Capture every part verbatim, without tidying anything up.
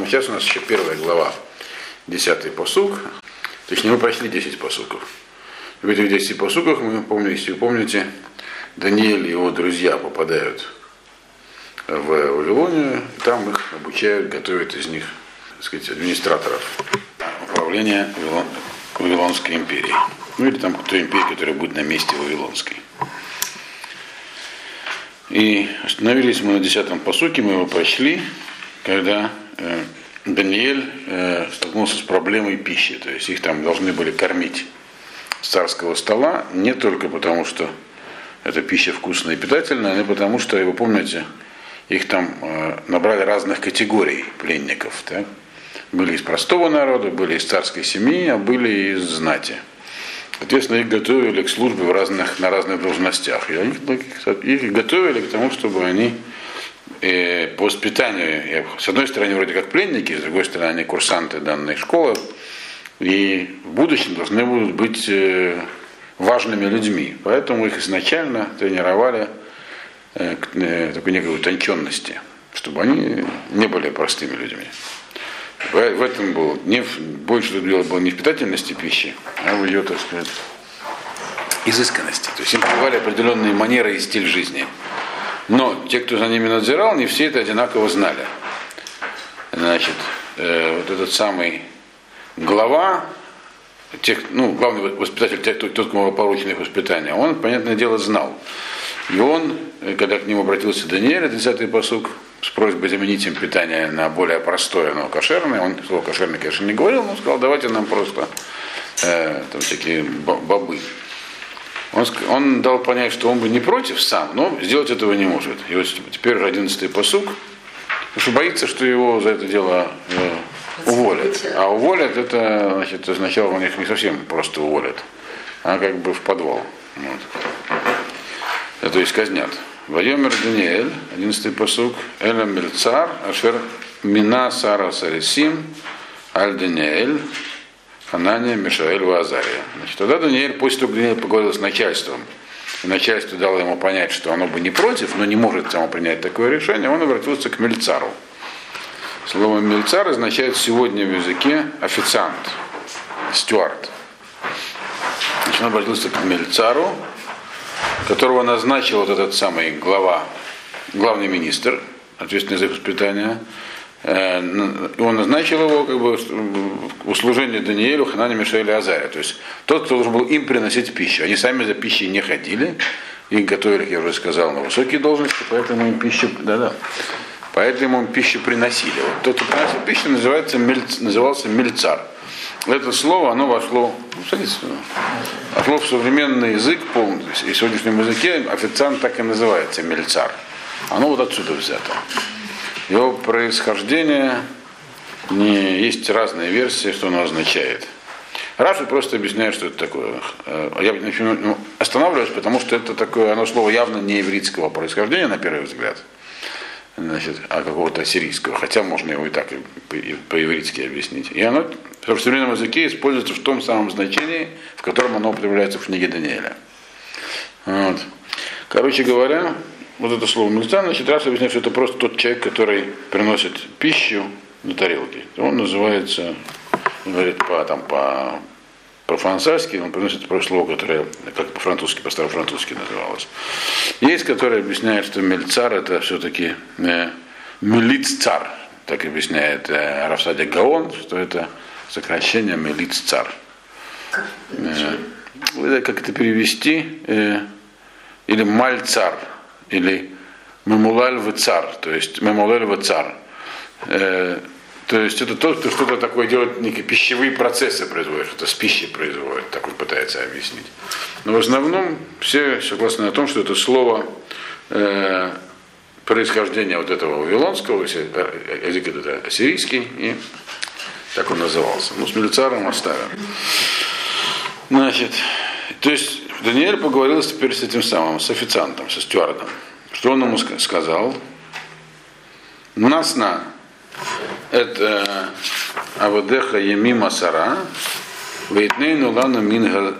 сейчас у нас еще первая глава, десятый пасук. Точнее, мы прошли десять пасуков. В этих десяти пасуках, мы помним, если вы помните, Даниэль и его друзья попадают в Вавилонию, и там их обучают, готовят из них, так сказать, администраторов управления Вавилон, Вавилонской империей. Ну или там той империи, которая будет на месте Вавилонской. И остановились мы на десятом пасуке, мы его прочли, когда э, Даниэль э, столкнулся с проблемой пищи. То есть их там должны были кормить с царского стола, не только потому, что эта пища вкусная и питательная, но и потому, что, вы помните, их там э, набрали разных категорий пленников. Так? Были из простого народа, были из царской семьи, а были из знати. Соответственно, их готовили к службе в разных, на разных должностях. И они, их готовили к тому, чтобы они э, по воспитанию, с одной стороны, вроде как пленники, с другой стороны, они курсанты данной школы, и в будущем должны будут быть э, важными людьми. Поэтому их изначально тренировали э, к э, такой некой утонченности, чтобы они не были простыми людьми. В этом было не, больше тут дело было не в питательности пищи, а в ее, так сказать, изысканности. То есть им прививали определенные манеры и стиль жизни. Но те, кто за ними надзирал, не все это одинаково знали. Значит, э, вот этот самый глава, тех, ну, главный воспитатель, тех, кто, тот, кому поручено их воспитание, он, понятное дело, знал. И он, когда к нему обратился Даниэль, десятый пасук, с просьбой заменить им питание на более простое, но кошерное, он слово кошерное, конечно, не говорил, но сказал, давайте нам просто э, там всякие бобы. Он, он дал понять, что он бы не против сам, но сделать этого не может. И вот теперь одиннадцатый пасук, потому что боится, что его за это дело э, уволят. А уволят, это, значит, сначала у них не совсем просто уволят, а как бы в подвал. Вот. Это, то есть казнят. Вайомер Даниэль, одиннадцатый пасук, Эля Мельцар, Ашер Мина Сара Сарисим, Аль Даниэль, Ханания, Мишаэль, Вазария. Значит, тогда Даниэль, после того, как Даниэль поговорил с начальством, и начальство дало ему понять, что оно бы не против, но не может само принять такое решение, он обратился к Мельцару. Слово Мельцар означает сегодня в языке официант, стюард. Значит, он обратился к Мельцару, которого назначил вот этот самый глава, главный министр, ответственный за воспитание. И он назначил его как бы в услужение Даниэлю, Ханане, Мишаэлю и Азария. То есть тот, кто должен был им приносить пищу. Они сами за пищей не ходили. Их готовили, как я уже сказал, на высокие должности, поэтому им пищу, да-да, поэтому им пищу приносили. Вот тот, кто приносил пищу, называется, назывался Мельцар. Это слово, оно вошло, ну, садитесь, вошло в современный язык полностью. И в сегодняшнем языке официант так и называется, Мельцар. Оно вот отсюда взято. Его происхождение, не, есть разные версии, что оно означает. Раши просто объясняет, что это такое. Я ну, останавливаюсь, потому что это такое, оно слово явно не еврейского происхождения, на первый взгляд. Значит, а какого-то ассирийского, хотя можно его и так и по-еврейски объяснить. И оно в современном языке используется в том самом значении, в котором оно употребляется в книге Даниэля. Вот. Короче говоря, вот это слово Мельцар, значит, раз объясняет, что это просто тот человек, который приносит пищу на тарелке. Он называется, он говорит по, там, по, по-французски, он приносит просто слово, которое как по-французски, по-старофранцузски называлось. Есть, который объясняет, что Мельцар это все-таки э, Мелиццар, так объясняет э, Рафсадия Гаон, что это сокращение Мелиццар. Э, как это перевести? Э, или Мальцар, или Мемулаль Вецар, то есть Мемулаль Вецар. Э, То есть это тот, кто что-то такое делает, некие пищевые процессы производит, что-то с пищей производит, так он пытается объяснить. Но в основном все согласны на том, что это слово э, происхождения вот этого вавилонского, язык это ассирийский, и так он назывался. Ну, с Мельцаром оставим. Значит, то есть Даниэль поговорил теперь с этим самым, с официантом, со стюардом. Что он ему сказал? Насна. Это Авадеха Емима Сара, Вейтнейну Лану Мин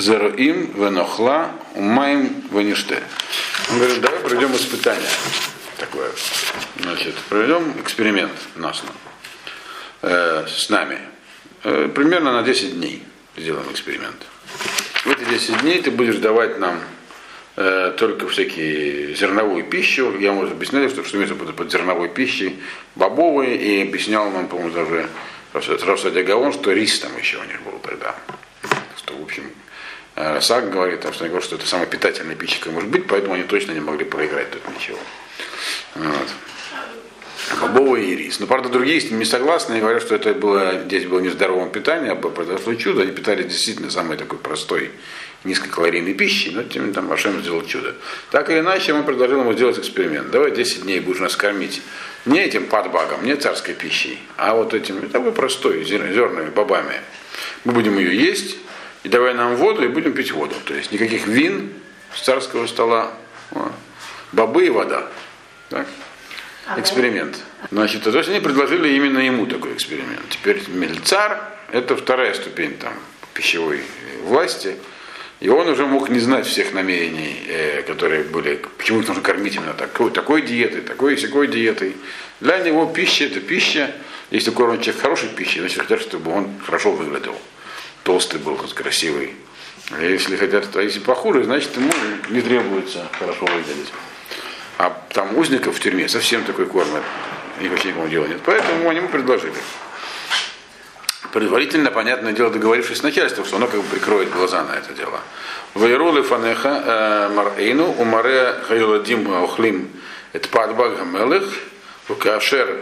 Зероим Венохла Умаем Вениште. Он говорит, давай пройдем испытание. такое. Значит, проведем эксперимент нас, э, с нами. Э, примерно на десять дней сделаем эксперимент. В эти десять дней ты будешь давать нам э, только всякие зерновую пищу. Я, может, объяснял, что, что имеется под зерновой пищей бобовые, и объяснял нам, по-моему, даже Равсадия Гаон, что рис там еще у них был тогда. Что, в общем, Сак говорит, что, говорит, что это самая питательная пища, какая может быть, поэтому они точно не могли проиграть тут ничего. Вот. Бобовый и рис. Но, правда, другие с ним не согласны и говорят, что это было, здесь было нездоровым питанием, а произошло чудо. Они питались действительно самой такой простой, низкокалорийной пищей, но тем там Ашем сделал чудо. Так или иначе, мы предложили ему сделать эксперимент. Давай десять дней будешь нас кормить не этим падбагом, не царской пищей, а вот этим такой простой, зерными бобами. Мы будем ее есть, и давай нам воду, и будем пить воду. То есть никаких вин с царского стола, бобы и вода. Так? Эксперимент. Значит, то есть они предложили именно ему такой эксперимент. Теперь мельцар – это вторая ступень там, пищевой власти. И он уже мог не знать всех намерений, э, которые были, почему их нужно кормить именно такой, такой диетой, такой и сякой диетой. Для него пища – это пища. Если кормят человек хорошей пищей, значит, хотят, чтобы он хорошо выглядел. Толстый был, красивый. А если хотят, а если похуже, значит, ему не требуется хорошо выглядеть. А там узников в тюрьме совсем такой кормят. И вообще никому дела нет. Поэтому они ему предложили. Предварительно, понятное дело, договорившись с начальством, что оно как бы прикроет глаза на это дело. Вайролы фанеха марейну умаре хайладим охлим эт падбаг гамелых укашер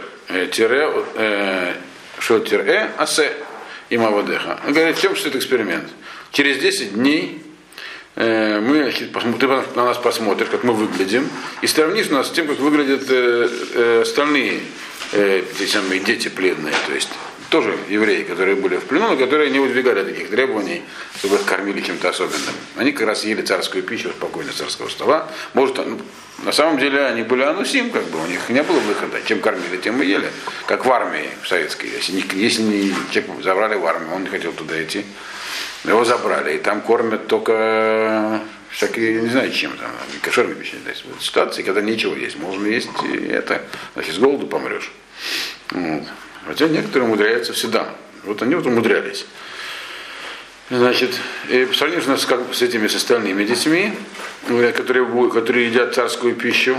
тире шо тире асе имавадеха. Он говорит, в чем что это эксперимент? Через десять дней мы, ты на нас посмотришь, как мы выглядим, и сравнишь нас с тем, как выглядят э, э, остальные э, те самые дети пленные, то есть тоже евреи, которые были в плену, но которые не выдвигали таких требований, чтобы их кормили чем-то особенным. Они как раз ели царскую пищу спокойно с царского стола. Может, ну, на самом деле они были анусим, как бы, у них не было выхода. Чем кормили, тем и ели. Как в армии в советской. Если не, если не человек забрали в армию, он не хотел туда идти, его забрали. И там кормят только всякие, не знаю чем, там, кошерные пищи. В ситуации, когда нечего есть, можно есть и это, значит, с голоду помрешь. Вот. Хотя некоторые умудряются всегда. Вот они вот умудрялись. Значит, и по сравнению с, как, с этими с остальными детьми, которые, которые едят царскую пищу,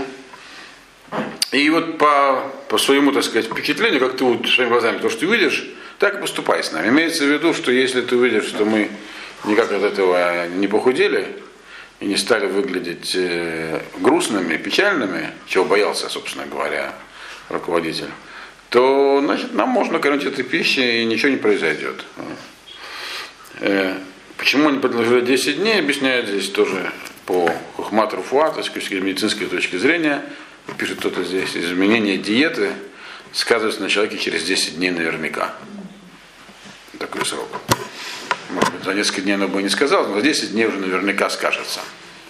и вот по, по своему, так сказать, впечатлению, как ты вот своими глазами то, что ты видишь, так и поступай с нами. Имеется в виду, что если ты увидишь, что мы никак от этого не похудели и не стали выглядеть э, грустными, печальными, чего боялся, собственно говоря, руководитель, то, значит, нам можно кормить этой пищей и ничего не произойдет. Э, почему они предложили десять дней, объясняют здесь тоже по хухмат руфуа, то есть с медицинской точки зрения. Пишет кто-то здесь, изменение диеты сказывается на человеке через десять дней наверняка. Такой срок. Может быть, за несколько дней оно бы не сказал, но за десять дней уже наверняка скажется.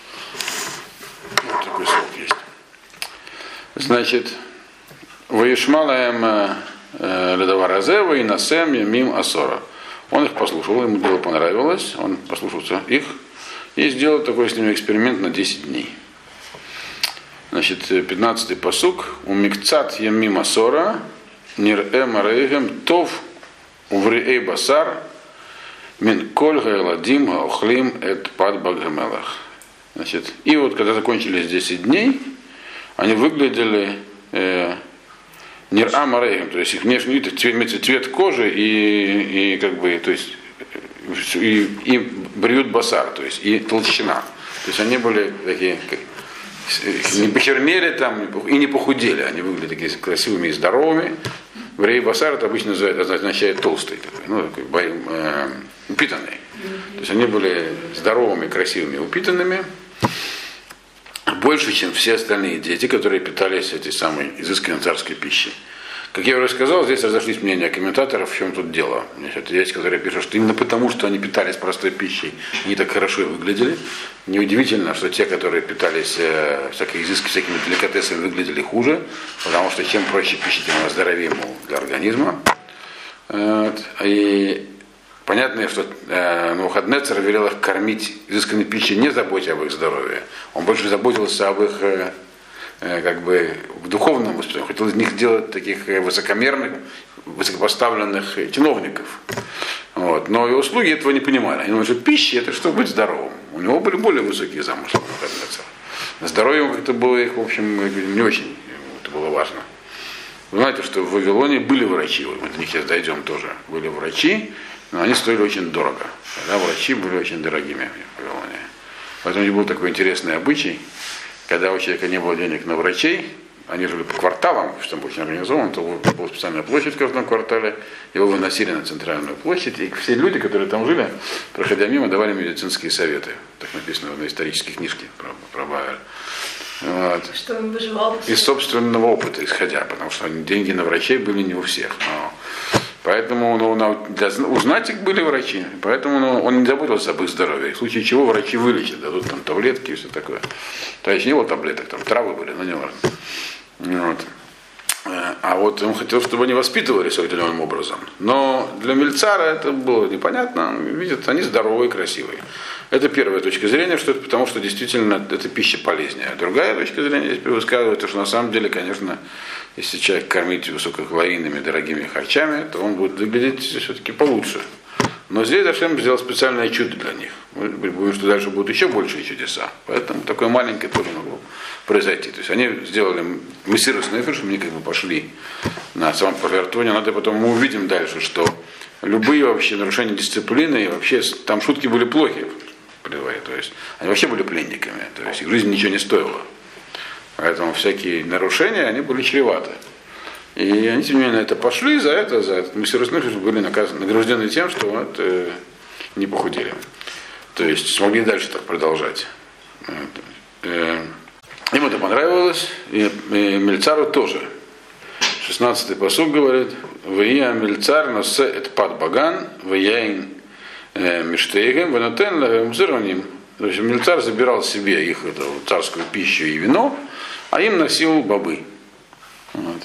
Вот такой срок есть. Значит, Ваишмалаем Ледаваразева и Насем Мим Асора. Он их послушал, ему дело понравилось, он послушался их и сделал такой с ними эксперимент на десять дней. Значит, пятнадцатый пасук. У Микцат Ямим Асора Нир Эмарейгем Тов Увриэй Басар Мин Коль Гайладим Охлим Эт Пад Багамелах. Значит, и вот когда закончились десять дней, они выглядели э, Нир Амарейгем, то есть их внешний вид, цвет, цвет кожи и, и как бы, то есть и, и бриют басар, то есть и толщина. То есть они были такие, не почернели там и не похудели, они выглядели такие красивыми и здоровыми. Брей басар это обычно означает толстый, такой, ну, такой, э, упитанный. То есть они были здоровыми, красивыми, упитанными. Больше, чем все остальные дети, которые питались этой самой изысканной царской пищей. Как я уже сказал, здесь разошлись мнения комментаторов, в чем тут дело. Есть, которые пишут, что именно потому, что они питались простой пищей, они так хорошо выглядели. Неудивительно, что те, которые питались э, всякой изыской, всякими деликатесами, выглядели хуже, потому что чем проще пища, тем она здоровее для организма. Вот. И понятно, что э, Навуходоносор велел их кормить изысканной пищей, не заботясь об их здоровье. Он больше заботился об их э, э, как бы в духовном воспитании, хотел из них сделать таких высокомерных, высокопоставленных чиновников. Вот. Но и услуги этого не понимали. Они думали, что пища это чтобы быть здоровым. У него были более высокие замыслы. Здоровье как-то было их, в общем, не очень это было важно. Вы знаете, что в Вавилоне были врачи, мы до них сейчас дойдем тоже. Были врачи, но они стоили очень дорого. Тогда врачи были очень дорогими в Вавилоне. Поэтому у них был такой интересный обычай, когда у человека не было денег на врачей, они жили по кварталам, что там очень организовано, то была специальная площадь в каждом квартале, его выносили на центральную площадь, и все люди, которые там жили, проходя мимо, давали медицинские советы. Так написано на исторической книжке про, про Бавель. Вот. Что он выживал? Из собственного опыта исходя, потому что деньги на врачей были не у всех. Но... Поэтому ну, для... узнать их были врачи, поэтому ну, он не заботился об их здоровье. В случае чего врачи вылечат, дадут там таблетки и все такое. То есть не было таблеток, там травы были, но не важно. Вот. А вот он хотел, чтобы они воспитывались определенным образом. Но для Мельцара это было непонятно. Видят, они здоровые и красивые. Это первая точка зрения, что это потому, что действительно эта пища полезнее. Другая точка зрения здесь высказывает, что на самом деле, конечно, если человек кормить высококалорийными дорогими харчами, то он будет выглядеть все-таки получше. Но здесь Ашем сделал специальное чудо для них. Мы будем, что дальше будут еще большие чудеса. Поэтому такое маленькое тоже могло произойти. То есть они сделали мессирос нефеш, они как бы пошли на самопожертвование. Надо потом мы увидим дальше, что любые вообще нарушения дисциплины, и вообще там шутки были плохи. То есть они вообще были пленниками. То есть их жизнь ничего не стоила. Поэтому всякие нарушения, они были чреваты. И они, тем не менее, на это пошли, за это, за это мессирос нефеш были наказаны, награждены тем, что вот, э, не похудели. То есть смогли дальше так продолжать. Э, им это понравилось, и, и Мельцару тоже. шестнадцатый пасук говорит: «Вия Мельцар носе эт пад баган, вияин миштейгем, венотен лэгэм зероним». То есть Мельцар забирал себе их эту царскую пищу и вино, а им носил бобы. Вот.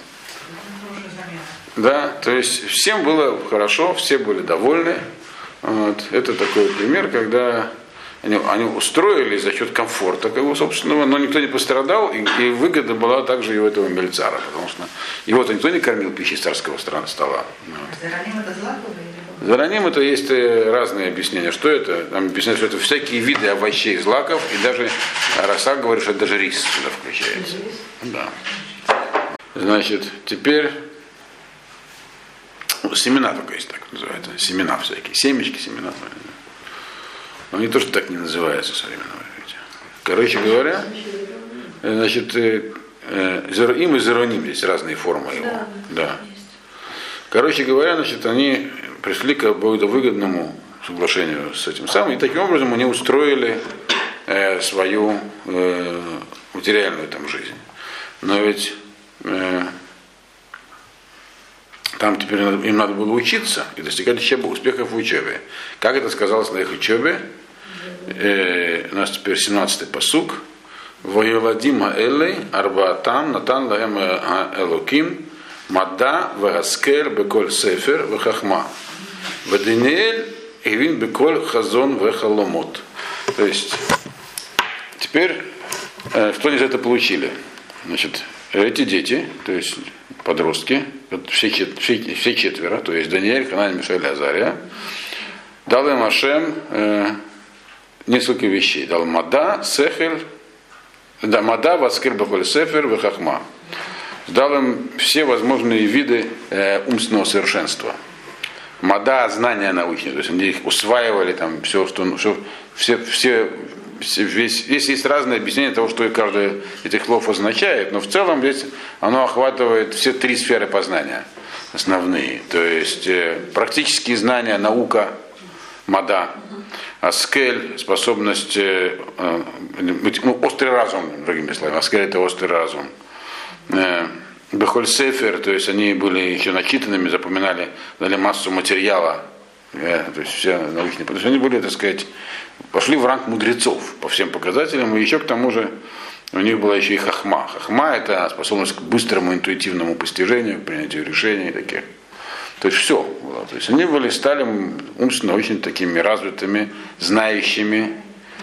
Да, то есть всем было хорошо, все были довольны. Вот. Это такой пример, когда они, они устроились за счет комфорта как бы, собственного, но никто не пострадал, и, и выгода была также и у этого Мельцара, потому что его-то никто не кормил пищей царского стола. Вот. Зараним это злаковый? Зараним это есть разные объяснения. Что это? Там объясняют, что это всякие виды овощей, злаков, и даже Раса говорит, что даже рис сюда включается. Да. Значит, теперь семена только есть, так называется. Семена всякие. Семечки, семена. Но они тоже так не называются современно. Короче говоря, значит, им и зероним, здесь разные формы его. Да. Да. Короче говоря, значит, они пришли к выгодному соглашению с этим самым, и таким образом они устроили э, свою э, материальную там жизнь. Но ведь э, там теперь им надо было учиться и достигать еще успехов в учебе. Как это сказалось на их учебе? Э, у нас теперь семнадцатый пасук. Воеладима элей арбаатам натан лаэм элоким мада васкер беколь сефер вахахма вадинеэль ивин беколь хазон вахаломот. То есть теперь э, что они за это получили? Значит, эти дети, то есть подростки, все, чет, все, все четверо, то есть Даниэль, Ханань, Мишель и Азария, дал им Ашем э, несколько вещей. Дал мада, сехер, да, мада, васкер беколь сефер вахахма. Дал им все возможные виды э, умственного совершенства. Мада, знания научные, то есть они их усваивали, там, все, что, все, все, все, весь, весь есть разные объяснения того, что каждый из этих слов означает, но в целом здесь оно охватывает все три сферы познания основные. То есть э, практические знания, наука, мада, аскель, способность, э, э, ну, острый разум, другими словами, аскель это острый разум. Бехоль Сефер, то есть они были еще начитанными, запоминали, дали массу материала, то есть все научные, потому что они были, так сказать, пошли в ранг мудрецов по всем показателям, и еще к тому же у них была еще и хахма. Хахма это способность к быстрому интуитивному постижению, к принятию решений таких. То есть все было. То есть они были, стали умственно очень такими развитыми, знающими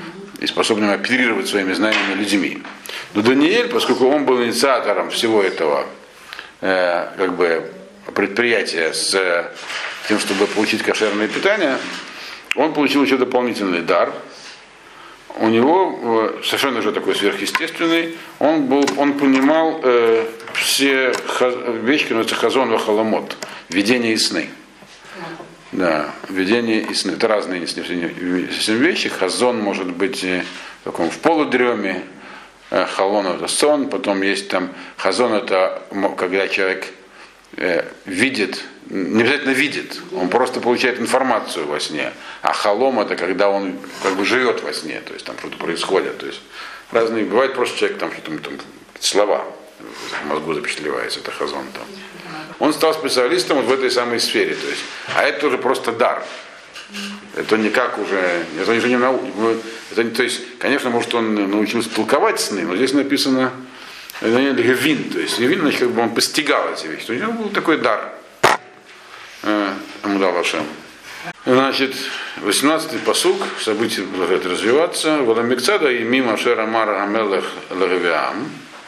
и способными оперировать своими знаниями людьми. Но Даниэль, поскольку он был инициатором всего этого э, как бы, предприятия с э, тем, чтобы получить кошерное питание, он получил еще дополнительный дар. У него э, совершенно уже такой сверхъестественный, он, был, он понимал э, все хаз, вещи, которые называются хазон вахаламот, видение и сны. Да, видение и сны. Это разные не совсем вещи. Хазон может быть в, таком, в полудреме, э, халон это сон, потом есть там хазон это когда человек э, видит, не обязательно видит, он просто получает информацию во сне. А халом это когда он как бы живет во сне, то есть там что-то происходит. То есть разные, бывает просто человек там что-то там, слова в мозгу запечатлевается, это хазон там. Он стал специалистом вот в этой самой сфере, то есть, а это уже просто дар. Это никак уже, это уже не наука. Это, то есть, конечно, может он научился толковать сны, но здесь написано гевин, то есть гевин, значит, как бы он постигал эти вещи. То есть у него был такой дар. Амудал Ашем. Значит, восемнадцатый пасук, события продолжают развиваться. Валамикцада и мимо Шера Мара Амелех Лагавиам.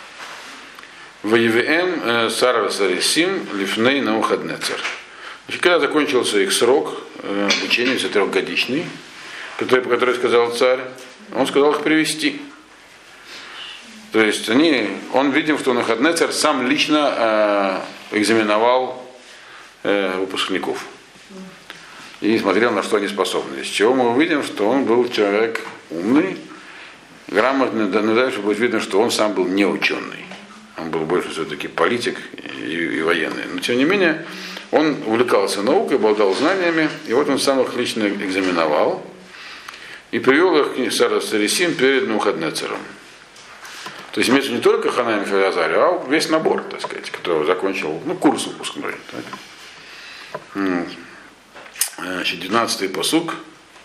Воевиэм Сара Сарисим Лифней Наухаднецер. Когда закончился их срок обучения, все трехгодичный, который, по которому сказал царь, он сказал их привести. То есть они, он видел, что Наухаднецер сам лично э, экзаменовал э, выпускников и смотрел, на что они способны. Из чего мы увидим, что он был человек умный, грамотный, да, но дальше будет видно, что он сам был не ученый. Он был больше все-таки политик и, и военный. Но тем не менее, он увлекался наукой, обладал знаниями, и вот он сам их лично экзаменовал и привел их Сара Сарисим перед Навуходоносором. То есть имеется не только Хананию, Мишаэль, Азарию, а весь набор, так сказать, который закончил, ну, курс выпускной. Так. Значит, двенадцатый пасук.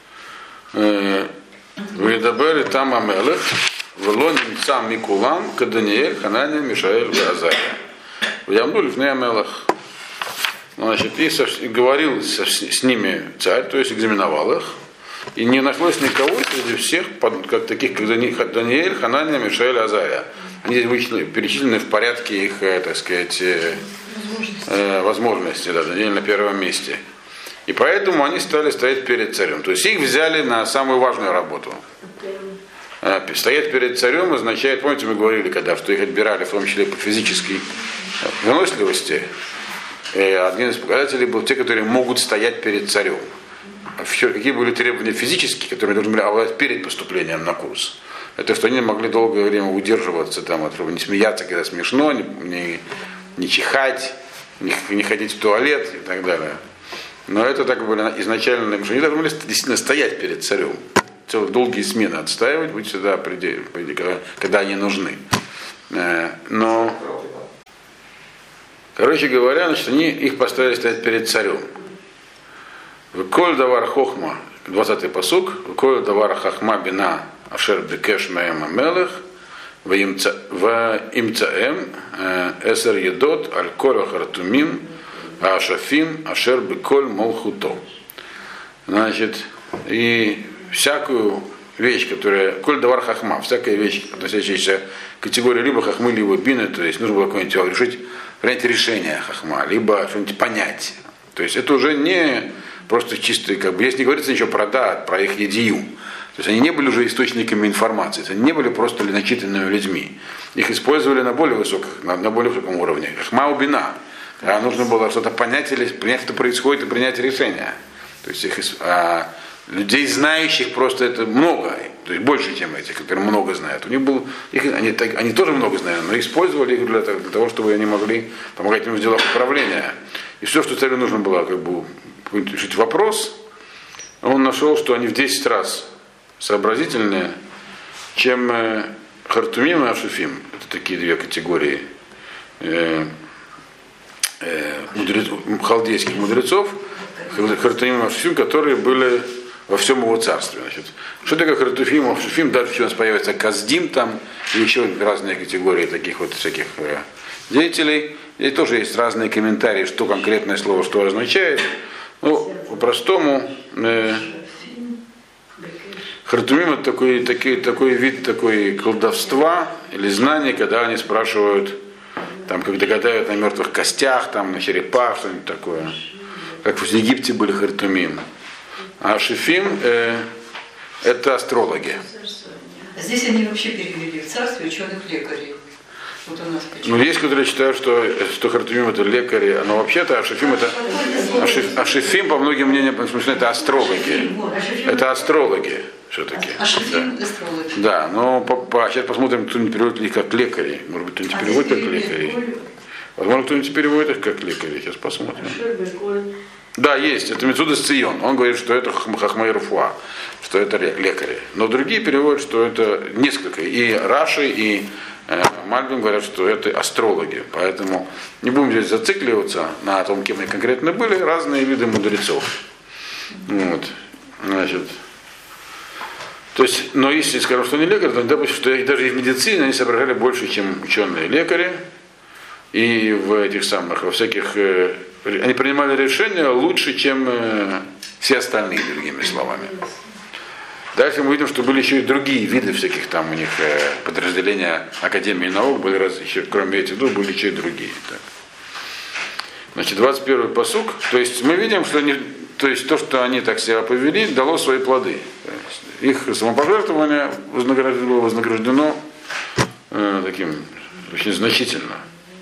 Вейдабер там Амелех. Велоним сам Микулам, Каданиэль, Ханания, Мишаэль, Азария. Ямду лифней Амелах. Значит, и, со, и говорил со, с ними царь, то есть экзаменовал их. И не нашлось никого среди всех, как таких, как Даниэль, Ханания, Мишаэль, Азария. Они вычислены, перечислены в порядке их, так сказать, возможности, возможности да, Даниэль на первом месте. И поэтому они стали стоять перед царем. То есть их взяли на самую важную работу. Стоять перед царем означает, помните, мы говорили, когда, что их отбирали в том числе по физической выносливости. Один из показателей был те, которые могут стоять перед царем. Какие были требования физические, которые должны были обладать перед поступлением на курс? Это что они могли долгое время удерживаться, там, от, не смеяться, когда смешно, не, не, не чихать, не, не ходить в туалет и так далее. Но это так было изначально, потому что они должны были действительно стоять перед царем. Целые долгие смены отстаивать, быть сюда, когда, когда они нужны. Но, короче говоря, значит, они их поставили стоять перед царем. Коль давар хохма, двадцатый пасук, коль давар хахма бина ашер бекеш маэм амелех, в имцаэм эсер едот аль коль хартумим ашафим ашер беколь молхуто. Значит, и всякую вещь, которая, коль давар хахма, всякая вещь, относящаяся к категории либо хахмы, либо бины, то есть нужно было какое-нибудь решить, принять решение хахма, либо что-нибудь понять. То есть это уже не просто чистые, как бы, здесь не говорится ничего про да, про их едию. То есть они не были уже источниками информации, они не были просто начитанными людьми. Их использовали на более высоком, на, на более высоком уровне. Хахма убина. А нужно было что-то понять или принять, что происходит, и принять решение. То есть их, а, людей, знающих, просто это много, то есть больше, чем этих, которые много знают. У них был, их, они, они тоже много знают, но использовали их для, для того, чтобы они могли помогать им в делах управления. И все, что царю нужно было как бы решить вопрос, он нашел, что они в десять раз сообразительнее, чем э, Хартумим и Ашуфим. Это такие две категории э, э, мудрец, халдейских мудрецов, Хартумим и Ашуфим, которые были во всем его царстве. Значит, что такое Хартуфим и Ашуфим? Дальше у нас появится Каздим там, и еще разные категории таких вот всяких э, деятелей. Здесь тоже есть разные комментарии, что конкретное слово что означает. Ну, по-простому, э, Хартумим это такой, такой, такой вид такой колдовства или знания, когда они спрашивают, там, когда гадают на мертвых костях, там, на черепах, что-нибудь такое. Как в Египте были хартумим. А шифим э, это астрологи. Здесь они вообще перевели в царстве ученых лекарей. Вот у нас ну, есть, которые считают, что, что хартумим это лекари, но вообще-то ашифим это ашиф, ашифим, по многим мнениям, в смысле, это астрологи. Это астрологи все-таки. Ашифим да. астрологи. Да, но по, по, сейчас посмотрим, кто-нибудь переводит их как лекари. Может быть, кто-нибудь а переводит как лекари. Возможно, кто-нибудь переводит их как лекари. Сейчас посмотрим. Да, есть. Это Мецуда Сцион. Он говорит, что это Хахмай Руфуа, что это лекари. Но другие переводят, что это несколько. И Раши, и э, Мальбим говорят, что это астрологи. Поэтому не будем здесь зацикливаться на том, кем они конкретно были. Разные виды мудрецов. Вот. Значит. То есть, но если скажем, что они лекари, то допустим, что даже и в медицине они соображали больше, чем ученые лекари. И в этих самых, во всяких, э, они принимали решения лучше, чем э, все остальные, другими словами. Дальше мы видим, что были еще и другие виды всяких там у них э, подразделения Академии наук, были раз, еще, кроме этих двух, были еще и другие. Так. Значит, двадцать первый пасук, то есть мы видим, что они, то есть то, что они так себя повели, дало свои плоды. Их самопожертвование вознаграждено, было вознаграждено э, таким очень значительно.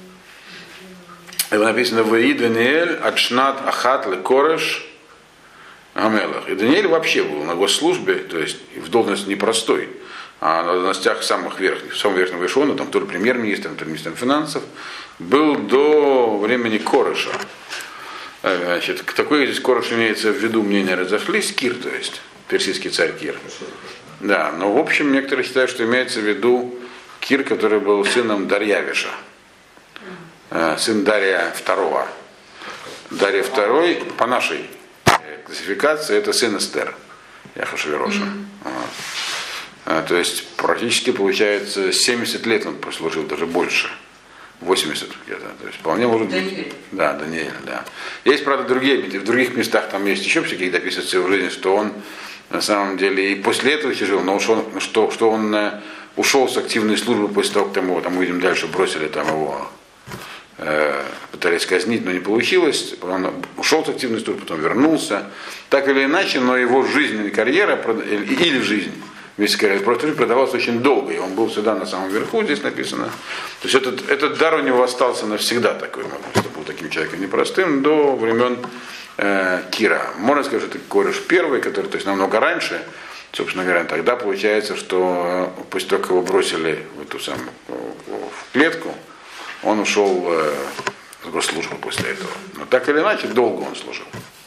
Это написано в И Даниэль Ачнат Ахат Лекореш Гамелах. И Даниэль вообще был на госслужбе, то есть в должности непростой, а на должностях самых верхних, самого верхнего эшелона, там то ли премьер-министром, то ли министром финансов, был до времени Кореша. Значит, такой здесь Кореш имеется в виду, мнения разошлись, Кир, то есть персидский царь Кир. Да, но в общем некоторые считают, что имеется в виду Кир, который был сыном Дарьявиша. Сын Дария второго. Дария второй, по нашей классификации, это сын Эстер, Яхашвироша. Mm-hmm. Вот. То есть практически получается семьдесят лет он прослужил, даже больше. восемьдесят где-то. То есть вполне может быть. Даниэль. Да, Даниэль, да. Есть, правда, другие, в других местах там есть еще всякие дописываются в жизни, что он на самом деле и после этого жил, но ушел, что, что он ушел с активной службы после того, как там его, там мы видим дальше, бросили там его. Пытались казнить, но не получилось. Он ушел с активной службы, потом вернулся. Так или иначе, но его жизненная карьера, или жизнь, вместе с карьерой, просто продавалась очень долго. И он был всегда на самом верху, здесь написано. То есть этот, этот дар у него остался навсегда такой. Он был таким человеком непростым до времен э, Кира. Можно сказать, что это Кореш первый, который, то есть намного раньше. Собственно говоря, тогда получается, что после того, как его бросили в эту самую в клетку, он ушел э, в госслужбу после этого. Но так или иначе, долго он служил.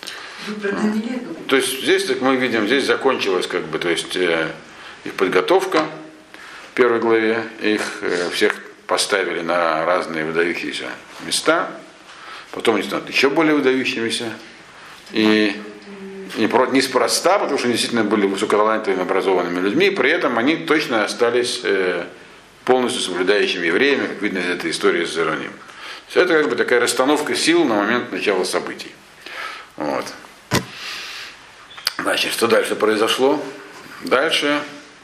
То есть здесь, как мы видим, здесь закончилась как бы, то есть э, их подготовка в первой главе, их э, всех поставили на разные выдающиеся места, потом они станут еще более выдающимися. И не неспроста, потому что они действительно были высокоталантливыми, образованными людьми, и при этом они точно остались э, полностью соблюдающими евреями, как видно из этой истории с Иероним. Все это как бы такая расстановка сил на момент начала событий. Вот. Значит, что дальше произошло? Дальше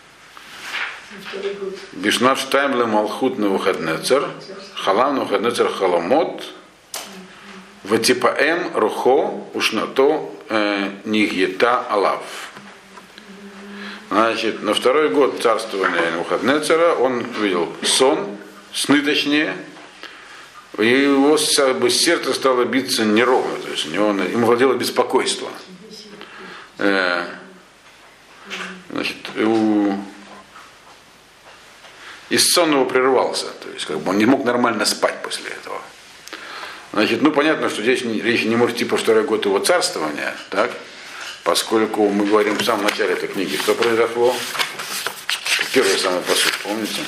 Бишнат Штаймле Малхут Навуходнецер, Халам Навуходнецер Халамот, Ватипаэм Рухо Ушнато Нигьета Алав. Значит, на второй год царствования Навуходнецера он видел сон, сны точнее, и его сердце стало биться неровно, то есть у него, ему владело беспокойство. Значит, у... и сон его прервался, то есть как бы он не мог нормально спать после этого. Значит, ну понятно, что здесь речь не может идти про второй год его царствования, так? Поскольку мы говорим в самом начале этой книги, что произошло. Первый самый посуд, помните?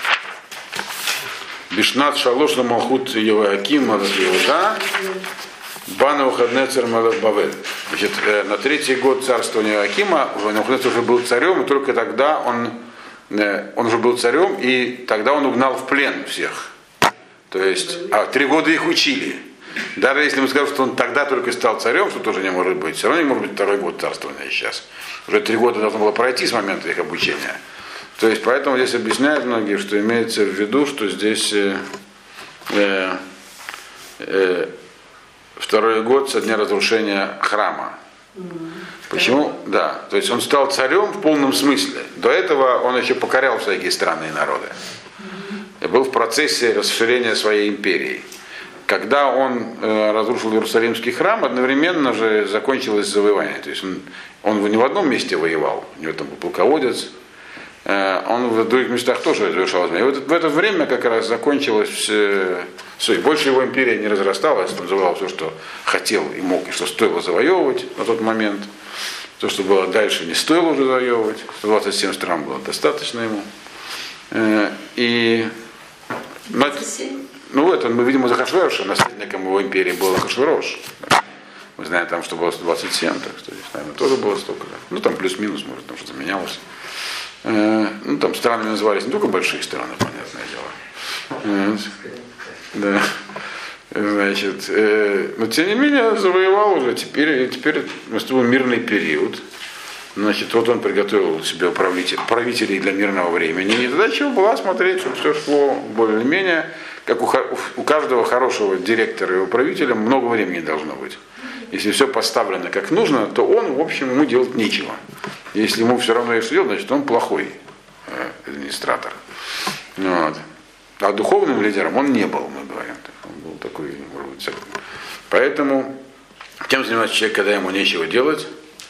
Бишнат Шалош на Малхут Евааким Иуда, Бана Навуходнецер Мелех Бавель. Значит, на третий год царствования Акима Навуходнецер уже был царем, и только тогда он, он уже был царем, и тогда он угнал в плен всех. То есть, а три года их учили. Даже если мы скажем, что он тогда только стал царем, что тоже не может быть, все равно не может быть второй год царствования сейчас. Уже три года должно было пройти с момента их обучения. То есть поэтому здесь объясняют многие, что имеется в виду, что здесь э, э, э, второй год со дня разрушения храма. Почему? Да. То есть он стал царем в полном смысле. До этого он еще покорял всякие страны и народы. И был в процессе расширения своей империи. Когда он э, разрушил Иерусалимский храм, одновременно же закончилось завоевание. То есть он, он не в одном месте воевал, у него там был полководец, э, он в других местах тоже завершал завоевание. И вот в это время как раз закончилось все, все. И больше его империя не разрасталась, он завоевал все, что хотел и мог, и что стоило завоевывать на тот момент. То, что было дальше, не стоило уже завоевывать. сто двадцать семь стран было достаточно ему. Э, и Ну, это мы видим из Ахашвероша, наследником его империи был Ахашверош. Мы знаем там, что было сто двадцать семь, так что здесь, наверное, тоже было столько. Ну, там плюс-минус, может, там что-то менялось. Э, ну, там странами назывались не только большие страны, понятное дело. Э, да. Значит, э, но тем не менее завоевал уже, теперь, теперь наступил мирный период. Значит, вот он приготовил себе правитель, правителей для мирного времени. И задача его была смотреть, чтобы все шло более-менее. Как у, у каждого хорошего директора и управителя много времени должно быть. Если все поставлено как нужно, то он, в общем, ему делать нечего. Если ему все равно есть что делать, значит он плохой э, администратор. Вот. А духовным лидером он не был, мы говорим. Он был такой, может быть, всякий. Поэтому чем занимается человек, когда ему нечего делать?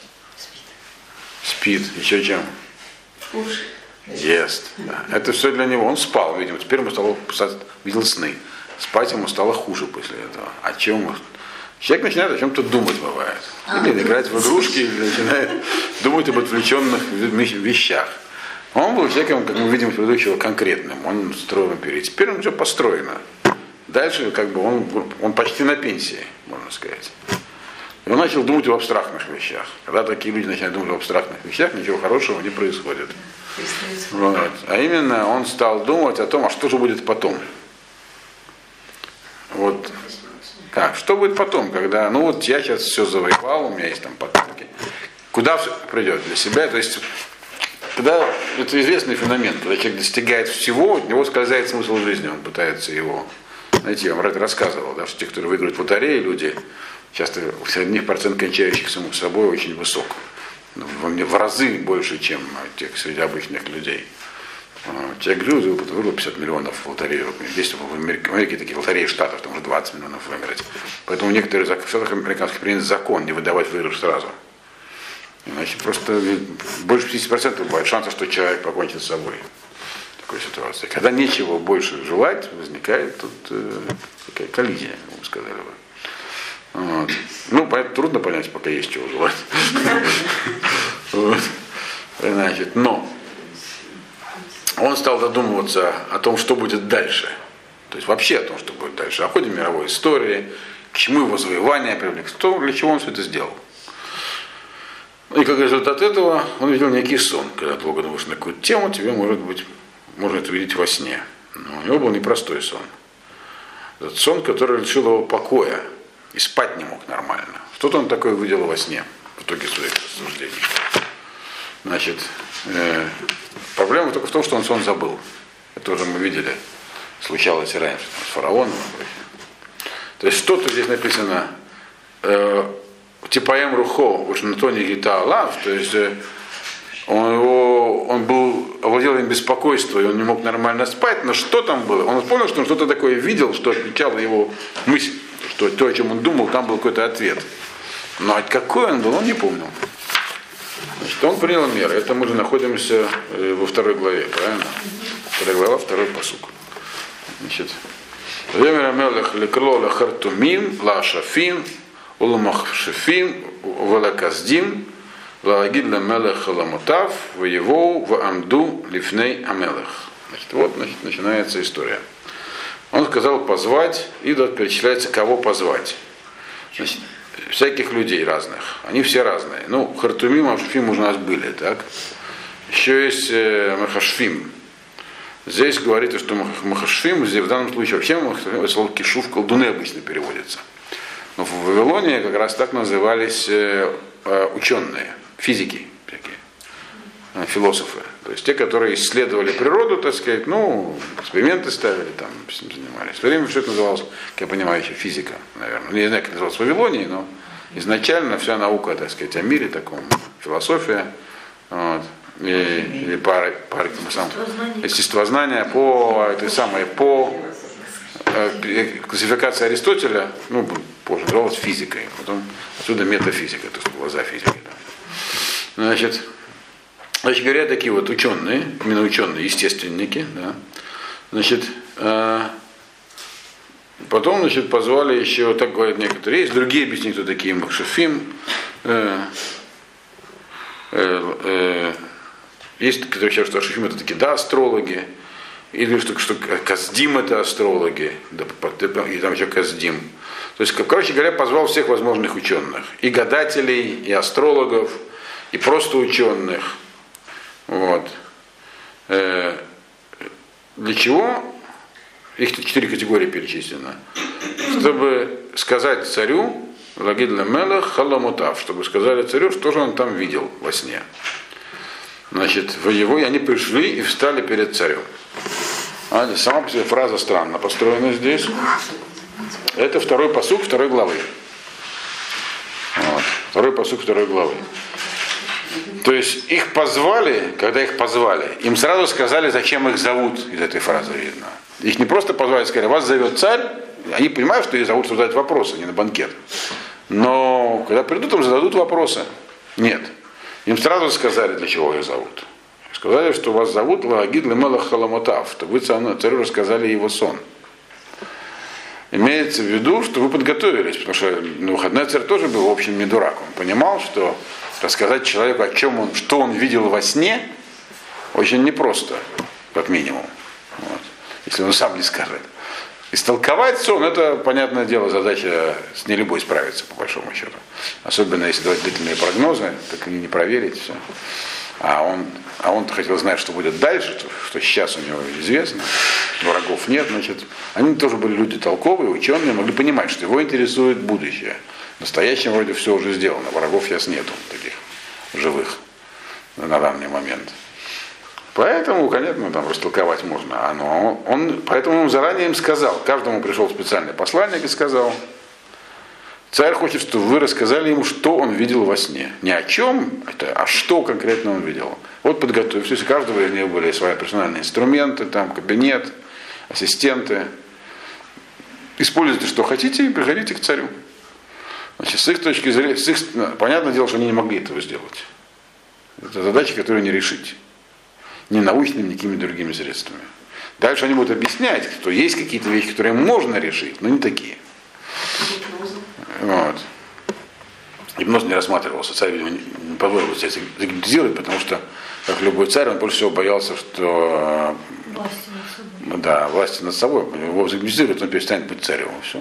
Спит. Еще чем? Кушает. Ест. Да. Это все для него. Он спал, видимо. Теперь ему стало видел сны. Спать ему стало хуже после этого. О чем? Человек начинает о чем-то думать, бывает. Или играть в игрушки, или начинает думать об отвлеченных вещах. Он был человеком, как мы видим, предыдущего конкретным. Он строил империю. Теперь он все построено. Дальше как бы он, он почти на пенсии, можно сказать. И он начал думать об абстрактных вещах. Когда такие люди начинают думать об абстрактных вещах, ничего хорошего не происходит. Вот. А именно он стал думать о том, а что же будет потом. Вот. Как? Что будет потом, когда, ну вот я сейчас все завоевал, у меня есть там потомки. Куда все придет для себя? То есть, когда это известный феномен, когда человек достигает всего, от него скользает смысл жизни, он пытается его. Знаете, я вам рассказывал, да, что те, которые выиграют в лотереи, люди, часто среди них процент кончающих самим собой очень высок. В разы больше, чем тех среди обычных людей. Человек выиграл пятьдесят миллионов в лотерею. Здесь в Америке, в Америке такие лотереи штатов, там уже двадцать миллионов выиграть. Поэтому в некоторых штатах американских принят закон не выдавать выигрыш сразу. Иначе просто больше пятьдесят процентов бывает шансов, что человек покончит с собой в такой ситуации. Когда нечего больше желать, возникает тут э, такая коллизия, как мы сказали бы. Вот. Ну, трудно понять, пока есть чего желать. Вот. Значит, но он стал задумываться о том, что будет дальше. То есть вообще о том, что будет дальше. О ходе мировой истории, к чему его завоевания привлекли, для чего он все это сделал. И как результат этого он видел некий сон. Когда долго думаешь на какую-то тему, тебе может быть, можно это видеть во сне. Но у него был непростой сон. Этот сон, который лишил его покоя. И спать не мог нормально. Что-то он такое видел во сне, в итоге своих рассуждений. Значит, э, проблема только в том, что он сон забыл. Это уже мы видели, случалось и раньше, с фараоном. То есть что-то здесь написано, э, типаем рухо, уж на тоне гита алав, то есть э, он, его, он был, овладел им беспокойство, и он не мог нормально спать, но что там было? Он понял, что он что-то такое видел, что отличало его мысль. Что то, о чем он думал, там был какой-то ответ. Но какой он был, он не помнил. Значит, он принял меры. Это мы же находимся во второй главе, правильно? Вторая глава, второй пасук. Значит, Вемер Амелех лекло лахартумим, лашафим, уламахшифим, валаказдим, лагид ламелех ламутав, воевоу, ваамду, лифней амелех. Значит, вот значит, начинается история. Он сказал позвать, и тут перечисляется, кого позвать. Значит, всяких людей разных. Они все разные. Ну, Хартумим, Амшфим у нас были, так? Еще есть э, Махашфим. Здесь говорится, что Махашфим, здесь в данном случае вообще слово кишув, колдуны обычно переводится. Но в Вавилоне как раз так назывались э, э, ученые, физики всякие, э, философы. То есть те, которые исследовали природу, так сказать, ну, эксперименты ставили, там, этим занимались. В то время все это называлось, как я понимаю, еще физика, наверное. Ну, я не знаю, как это называлось в Вавилоне, но изначально вся наука, так сказать, о мире таком, философия, вот, и, или по, по, сам, естествознание, по этой самой, по э, классификации Аристотеля, ну, позже называлась физикой, потом отсюда метафизика, то есть глаза физики. Да. Значит, значит, говоря, такие вот ученые, именно ученые, естественники, да, значит, э, потом, значит, позвали еще, так говорят некоторые, есть другие объяснения, кто такие Махшефим, э, э, э, есть, которые считают, что Махшефим это такие, да, астрологи, или что, что Каздим это астрологи, да, и там еще Каздим. То есть, короче говоря, позвал всех возможных ученых, и гадателей, и астрологов, и просто ученых. Вот. Э, для чего? Их четыре категории перечислено. Чтобы сказать царю, Лагид Лемелех Халамутав, чтобы сказали царю, что же он там видел во сне. Значит, в его, и они пришли и встали перед царем. А, сама по себе фраза странно построена здесь. Это второй пасук второй главы. Вот. Второй пасук второй главы. То есть их позвали, когда их позвали, им сразу сказали, зачем их зовут, из этой фразы видно. Их не просто позвали, сказали, вас зовет царь, они понимают, что их зовут задать вопросы, не на банкет. Но когда придут, им зададут вопросы. Нет. Им сразу сказали, для чего их зовут. Сказали, что вас зовут Лагид Лемелех Халамутав, что вы царю рассказали его сон. Имеется в виду, что вы подготовились, потому что Навуходоносор тоже был, в общем, не дурак. Он понимал, что рассказать человеку, о чем он, что он видел во сне, очень непросто, как минимум. Вот. Если он сам не скажет. Истолковать сон, это, понятное дело, задача с не любой справиться, по большому счету. Особенно если давать длительные прогнозы, так и не проверить все. А он, а он хотел знать, что будет дальше, что сейчас у него известно, врагов нет, значит. Они тоже были люди толковые, ученые, могли понимать, что его интересует будущее. В настоящем вроде все уже сделано, врагов сейчас нету таких живых на данный момент. Поэтому, конечно, там растолковать можно. Но он, поэтому он заранее им сказал, каждому пришел специальный посланник и сказал, царь хочет, чтобы вы рассказали ему, что он видел во сне. Не о чем это, а что конкретно он видел. Вот подготовьтесь, у каждого из них были свои персональные инструменты, там кабинет, ассистенты. Используйте, что хотите, и приходите к царю. Значит, с их точки зрения, с их, понятное дело, что они не могли этого сделать. Это задача, которую не решить. Ни научными, ни какими другими средствами. Дальше они будут объяснять, что есть какие-то вещи, которые можно решить, но не такие. Вот. Гипноз не рассматривался. Царь, видимо, не позволил себя загипнотизировать, потому что, как любой царь, он больше всего боялся, что власти над собой. Да, власти над собой. Его загипнотизируют, он перестанет быть царем. Все.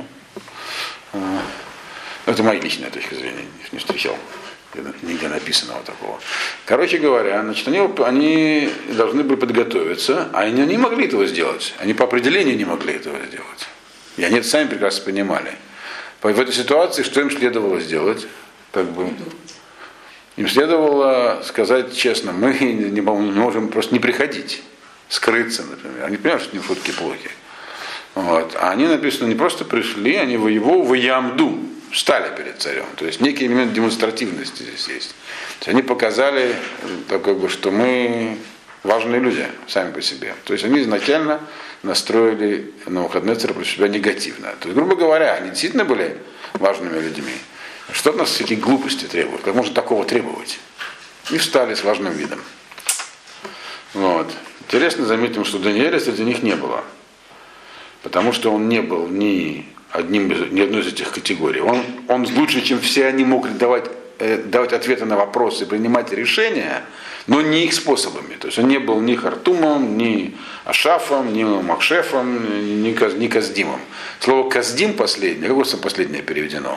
Это моя личная точка зрения. Не встречал нигде написанного такого. Короче говоря, значит, они, они должны были подготовиться, а они не могли этого сделать. Они по определению не могли этого сделать. И они это сами прекрасно понимали. В этой ситуации что им следовало сделать? Как бы, им следовало сказать честно, мы не можем просто не приходить, скрыться, например. Они понимают, что не шутки плохи. Вот. А они, написано, не просто пришли, они в его в ямду встали перед царем. То есть некий элемент демонстративности здесь есть. То есть они показали, так, как бы, что мы важные люди сами по себе. То есть они изначально настроили Навуходоносора против себя негативно. То есть, грубо говоря, они действительно были важными людьми. Что от нас всякие глупости требуют? Как можно такого требовать? И встали с важным видом. Вот. Интересно заметим, что Даниэля среди них не было. Потому что он не был ни, одним из, ни одной из этих категорий. Он, он лучше, чем все они, мог давать, э, давать ответы на вопросы, принимать решения, но не их способами. То есть он не был ни Хартумом, ни Ашафом, ни Махшефом, ни, ни Каздимом. Слово Каздим последнее, какое слово последнее переведено?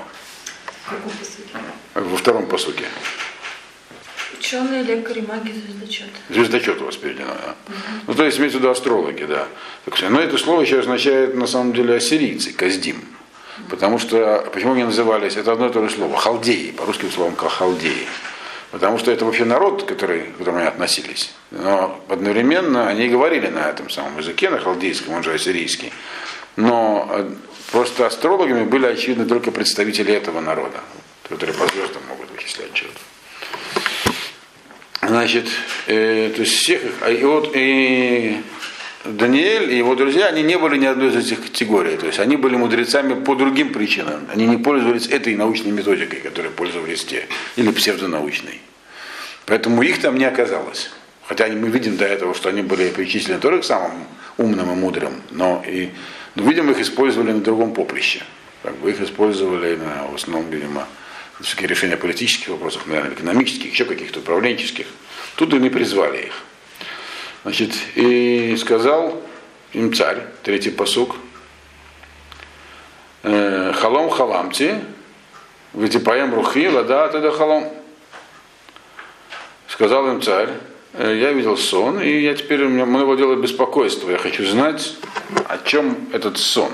Во втором посуке. Ученые, лекари, маги, звездочеты. Звездочет у вас переведено, да. Угу. Ну, то есть, имеется в виду астрологи, да. Но это слово еще означает, на самом деле, ассирийцы, Каздим. Потому что, почему они назывались, это одно и то же слово, халдеи, по-русски словом халдеи. Потому что это вообще народ, который, к которому они относились. Но одновременно они говорили на этом самом языке, на халдейском, он же ассирийский. Но просто астрологами были, очевидно, только представители этого народа, которые по звездам могут вычислять что-то. Значит, э, то есть всех их, и вот и Даниэль и его друзья, они не были ни одной из этих категорий. То есть они были мудрецами по другим причинам. Они не пользовались этой научной методикой, которой пользовались те, или псевдонаучной. Поэтому их там не оказалось. Хотя мы видим до этого, что они были причислены только к самым умным и мудрым, но и, но, видимо, их использовали на другом поприще. Как бы их использовали на, в основном, видимо, все-таки решения политических вопросов, наверное, экономических, еще каких-то управленческих. Тут и не призвали их. Значит, и сказал им царь, третий пасук, халом халамти, витипаем рухи, лада теда халом. Сказал им царь, я видел сон, и я теперь, у меня много дела беспокойства, я хочу знать, о чем этот сон.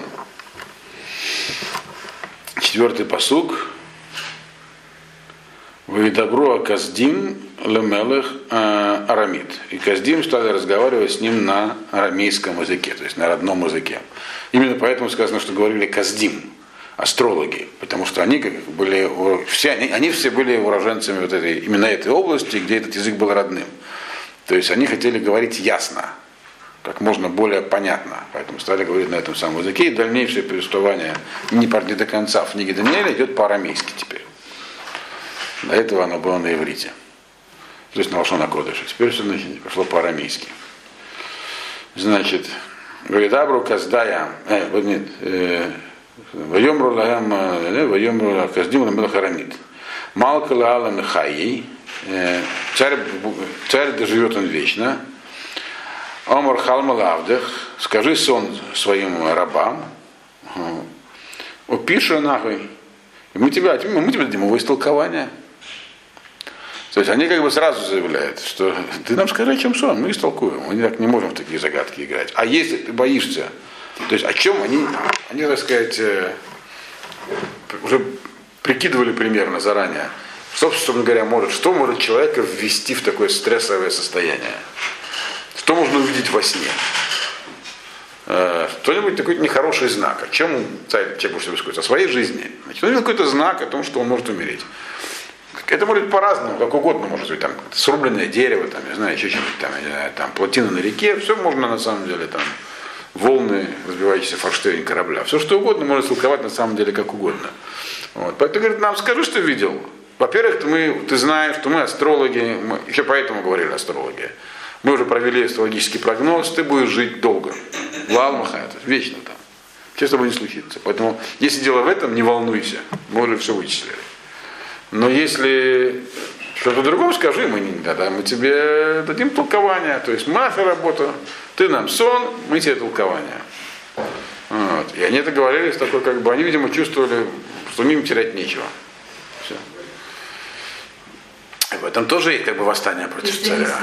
Четвертый пасук. Вейдабру Каздим лемелех арамид. И Каздим стали разговаривать с ним на арамейском языке, то есть на родном языке. Именно поэтому сказано, что говорили Каздим, астрологи, потому что они как были все, они, они все были уроженцами вот этой, именно этой области, где этот язык был родным. То есть они хотели говорить ясно, как можно более понятно. Поэтому стали говорить на этом самом языке. И дальнейшее повествование не до конца в книге Даниэля идет по-арамейски теперь. До этого оно было на иврите. То есть на лашон акодыше. Теперь все пошло по-арамейски. Значит, Вейдабру Каздая, э, вот нет, Вайомру Лагам, Вайомру Каздим Ламелах Арамид. Малка Лаала Михаей, царь, царь доживет он вечно. Омар Халма Лавдех, скажи сон своим рабам. Упиши нахуй. Мы тебе, мы тебе дадим его истолкование. То есть они как бы сразу заявляют, что ты нам скажи, о чем сон, мы истолкуем. Мы так не можем в такие загадки играть. А если ты боишься, то есть о чем они, они, так сказать, уже прикидывали примерно заранее, собственно говоря, может, что может человека ввести в такое стрессовое состояние? Что можно увидеть во сне? Что-нибудь такой нехороший знак. О чем царь человек может беспокоиться? О своей жизни. Значит, он какой-то знак о том, что он может умереть. Это может быть по-разному, как угодно может быть. Там срубленное дерево, там, не знаю, еще что-нибудь, там, не знаю, там, плотина на реке, все можно на самом деле, там, волны, разбивающиеся форштевень корабля. Все что угодно можно толковать на самом деле как угодно. Вот. Поэтому говорит, нам скажи, что видел. Во-первых, мы, ты знаешь, что мы астрологи, мы, еще поэтому говорили астрологи. Мы уже провели астрологический прогноз, ты будешь жить долго. Лалмаха, это вечно там. Что с тобой не случится. Поэтому, если дело в этом, не волнуйся. Мы уже все вычислили. Но если что-то другое скажи, мы, не, да, мы тебе дадим толкование. То есть наша работа, ты нам сон, мы тебе толкование. Вот. И они это говорили с такой, как бы, они, видимо, чувствовали, что им терять нечего. Все. И в этом тоже есть как бы восстание против То царя.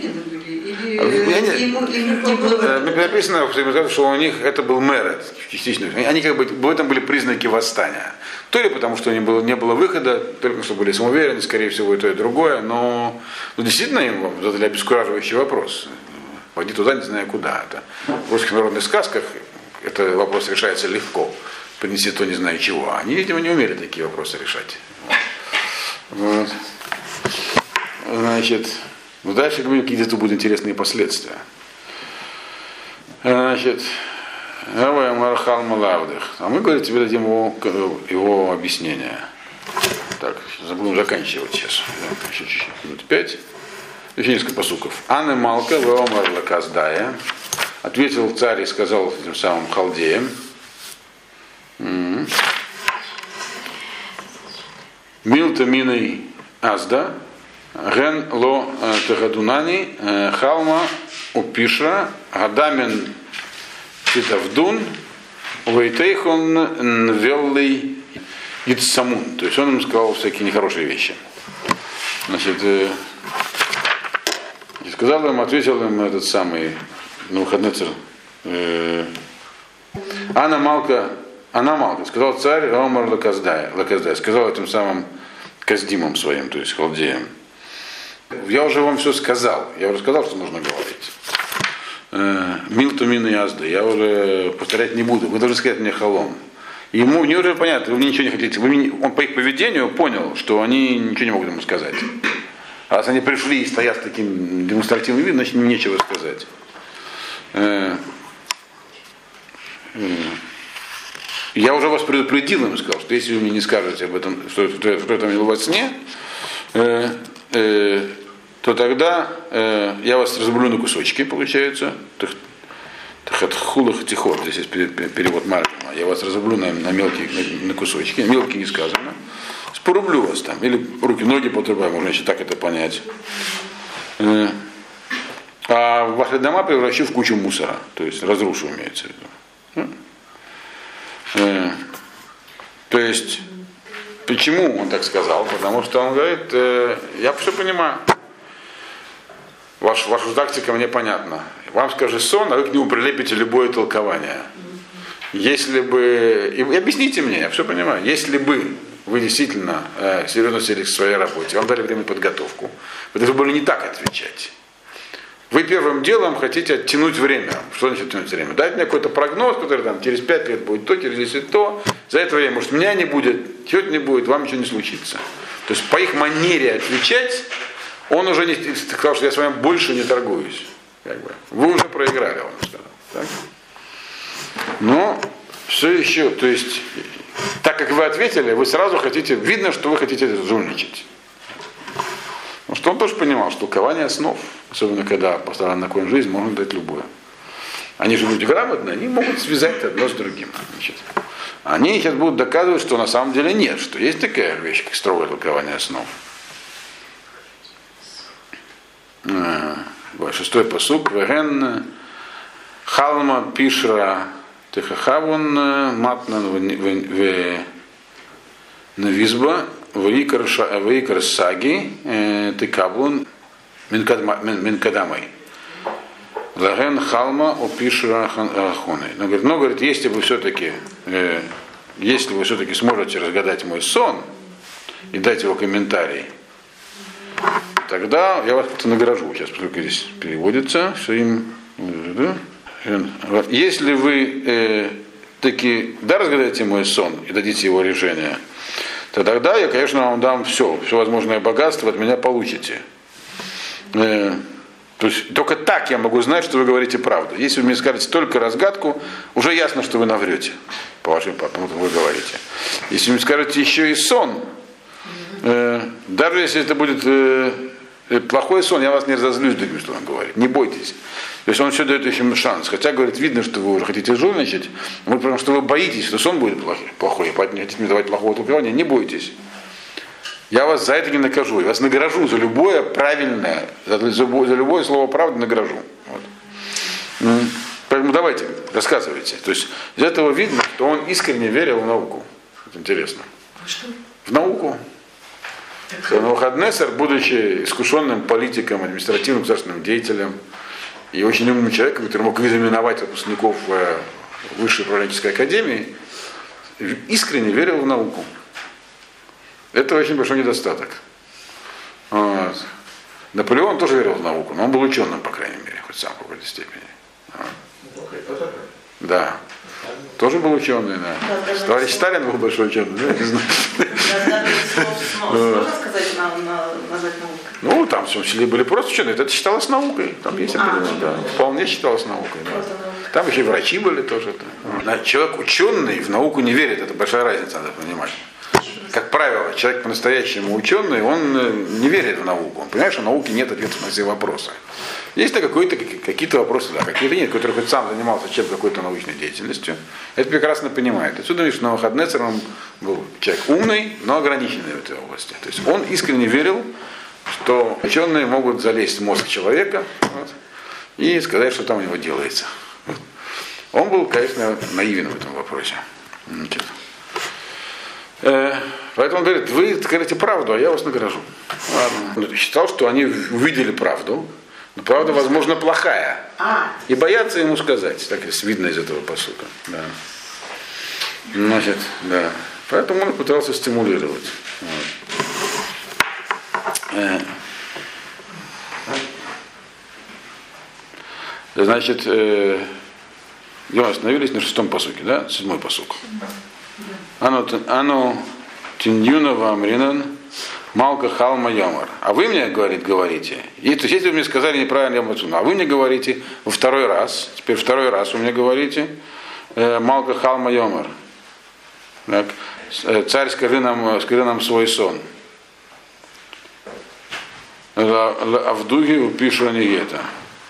Написано, что у них это был мэрет, частично. Они как бы в этом были признаки восстания. То ли потому, что не было, не было выхода, то ли потому, что были самоуверены, скорее всего, и то, и другое. Но ну, действительно им задали обескураживающий вопрос. Пойди туда, не знаю куда. Это в русских народных сказках этот вопрос решается легко. Принеси то, не знаю чего. Они, видимо, не умели такие вопросы решать. Вот. Значит, ну дальше какие-то будут интересные последствия. Значит, а мы, говорит, тебе дадим его, его объяснение. Так, будем заканчивать сейчас. Еще чуть-чуть, минут пять. Еще несколько посуков. Анна Малка, Веомар Лаказдая. Ответил царь и сказал тем самым халдеям. Милта миной азда. Ген ло тегадунани халма упиша гадамен титавдун вейтейхон нвеллый ицамун. То есть он им сказал всякие нехорошие вещи. Значит, сказал им, ответил им этот самый Навуходоносор. Анна Малка, Анамал, сказал царь Омар Лаказдай, Лаказдай, сказал этим самым Каздимом своим, то есть халдеям. Я уже вам все сказал, я уже сказал, что нужно говорить. Милту мин и азда, я уже повторять не буду, вы должны сказать мне халом. Ему не уже понятно, вы мне ничего не хотите. Вы мне, он по их поведению понял, что они ничего не могут ему сказать. А раз они пришли и стоят с таким демонстративным видом, значит им нечего сказать. Я уже вас предупредил, им сказал, что если вы мне не скажете об этом, что, что, что это было во сне, э, э, то тогда э, я вас разрублю на кусочки, получается. Тахатхулах тихот, здесь есть перевод Маргима. Я вас разрублю на, на мелкие на, на кусочки. Мелкие не сказано. Порублю вас там. Или руки, ноги потрубаю, можно еще так это понять. Э, а ваши дома превращу в кучу мусора. То есть разрушу, имеется в виду. Э, то есть, почему он так сказал? Потому что он говорит, э, я все понимаю. Ваш, ваша тактика мне понятна. Вам скажет сон, а вы к нему прилепите любое толкование. Если бы... И объясните мне, я все понимаю. Если бы вы действительно э, серьезно селись к своей работе, вам дали время подготовку, вы должны были не так отвечать. Вы первым делом хотите оттянуть время. Что значит оттянуть время? Дать мне какой-то прогноз, который там через пять лет будет то, через десять то. За это время, может, меня не будет, чего-то не будет, вам ничего не случится. То есть по их манере отвечать, он уже не сказал, что я с вами больше не торгуюсь. Как бы. Вы уже проиграли, он сказал. Так? Но все еще, то есть, так как вы ответили, вы сразу хотите, видно, что вы хотите жульничать. Потому что он тоже понимал, что толкование основ, особенно когда поставлен на кон жизнь, можно дать любое. Они же люди грамотные, они могут связать одно с другим. Значит. Они сейчас будут доказывать, что на самом деле нет, что есть такая вещь, как строгое толкование основ. Шестой пасук. Веген халма пишра техахавун матнан в навизба вейкар саги текавун минкадамой. Веген халма опишра хахоной. Но говорит, но говорит, если вы все-таки, если вы все-таки сможете разгадать мой сон и дать его комментарий, тогда я вас как-то награжу. Сейчас, поскольку здесь переводится, что им... Если вы э, таки да, разгадаете мой сон и дадите его решение, то тогда я, конечно, вам дам все, все возможное богатство, от меня получите. Э, то есть только так я могу знать, что вы говорите правду. Если вы мне скажете только разгадку, уже ясно, что вы наврете, по вашим потому что вы говорите. Если вы мне скажете еще и сон, э, даже если это будет... Э, плохой сон, я вас не разозлюсь, другим словом говорит. Не бойтесь. То есть он все дает еще шанс. Хотя, говорит, видно, что вы уже хотите жульничать, потому что вы боитесь, что сон будет плохой, и поэтому не хотите мне давать плохого толкования. Не бойтесь. Я вас за это не накажу. Я вас награжу за любое правильное, за, за, за любое слово правды награжу. Вот. Поэтому давайте, рассказывайте. То есть из этого видно, что он искренне верил в науку. Это интересно. Что? В науку. Навуходоносор, будучи искушенным политиком, административным государственным деятелем и очень умным человеком, который мог экзаменовать выпускников высшей управленческой академии, искренне верил в науку. Это очень большой недостаток. Вот. Наполеон тоже верил в науку, но он был ученым, по крайней мере, хоть сам в какой-то степени. Вот. Да. Тоже был ученый, да. да Товарищ Сталин был большой ученый, да, не знаю. Можно сказать, назвать наукой? Ну, там в том числе были просто ученые, это считалось наукой. Там есть определенно, да. Вполне считалось наукой, да. Там еще и врачи были тоже. Да. Человек ученый в науку не верит, это большая разница, надо понимать. Как правило, человек по-настоящему ученый, он не верит в науку. Он понимает, что в науке нет ответов на все вопросы. Есть ли какие-то вопросы, да, какие-то нет, которые хоть сам занимался чем-то какой-то научной деятельностью. Это прекрасно понимает. Отсюда видишь, что Навуходоносор, он был человек умный, но ограниченный в этой области. То есть он искренне верил, что ученые могут залезть в мозг человека вот, и сказать, что там у него делается. Он был, конечно, наивен в этом вопросе. Поэтому он говорит, вы скажите правду, а я вас награжу. Ладно. Считал, что они увидели правду, но правда, возможно, плохая. И боятся ему сказать. Так видно из этого пасука. Да. Значит, да. Поэтому он пытался стимулировать. Вот. Значит, э, мы остановились на шестом посуке, да? Седьмой посук. Ану тиньюна вамринан малка халма ямар. А вы мне, говорит, говорите. И, то есть, если вы мне сказали неправильно, я молчу. А вы мне говорите во второй раз, теперь второй раз вы мне говорите, э, малка халма ямар. Так. Царь, скажи нам, скажи нам свой сон. А в духе пишу они это.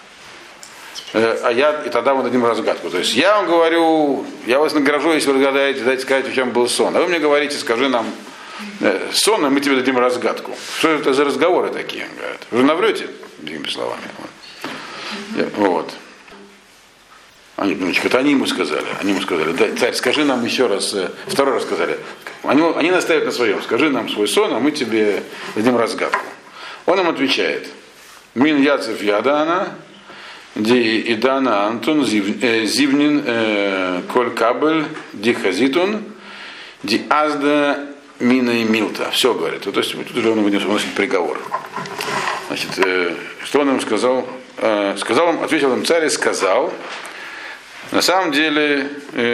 А я, и тогда мы дадим разгадку. То есть я вам говорю, я вас награжу, если вы разгадаете, дайте сказать, в чем был сон. А вы мне говорите, скажи нам э, сон, и мы тебе дадим разгадку. Что это за разговоры такие? Говорят. Вы же наврете, другими словами. Вот. вот. Они, значит, это они ему сказали. Они ему сказали, да, царь, скажи нам еще раз, э, второй раз сказали. Они, они настаивают на своем, скажи нам свой сон, а мы тебе дадим разгадку. Он им отвечает. Мин яцев ядана, ди идана антон зивнин коль кабель ди хазитун ди азда мина и милта. Все говорит. То есть тут уже он выносит приговор. Значит, что он им сказал? Сказал им, ответил им царь и сказал, на самом деле,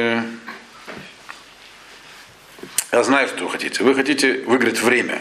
я знаю, что вы хотите. Вы хотите выиграть время.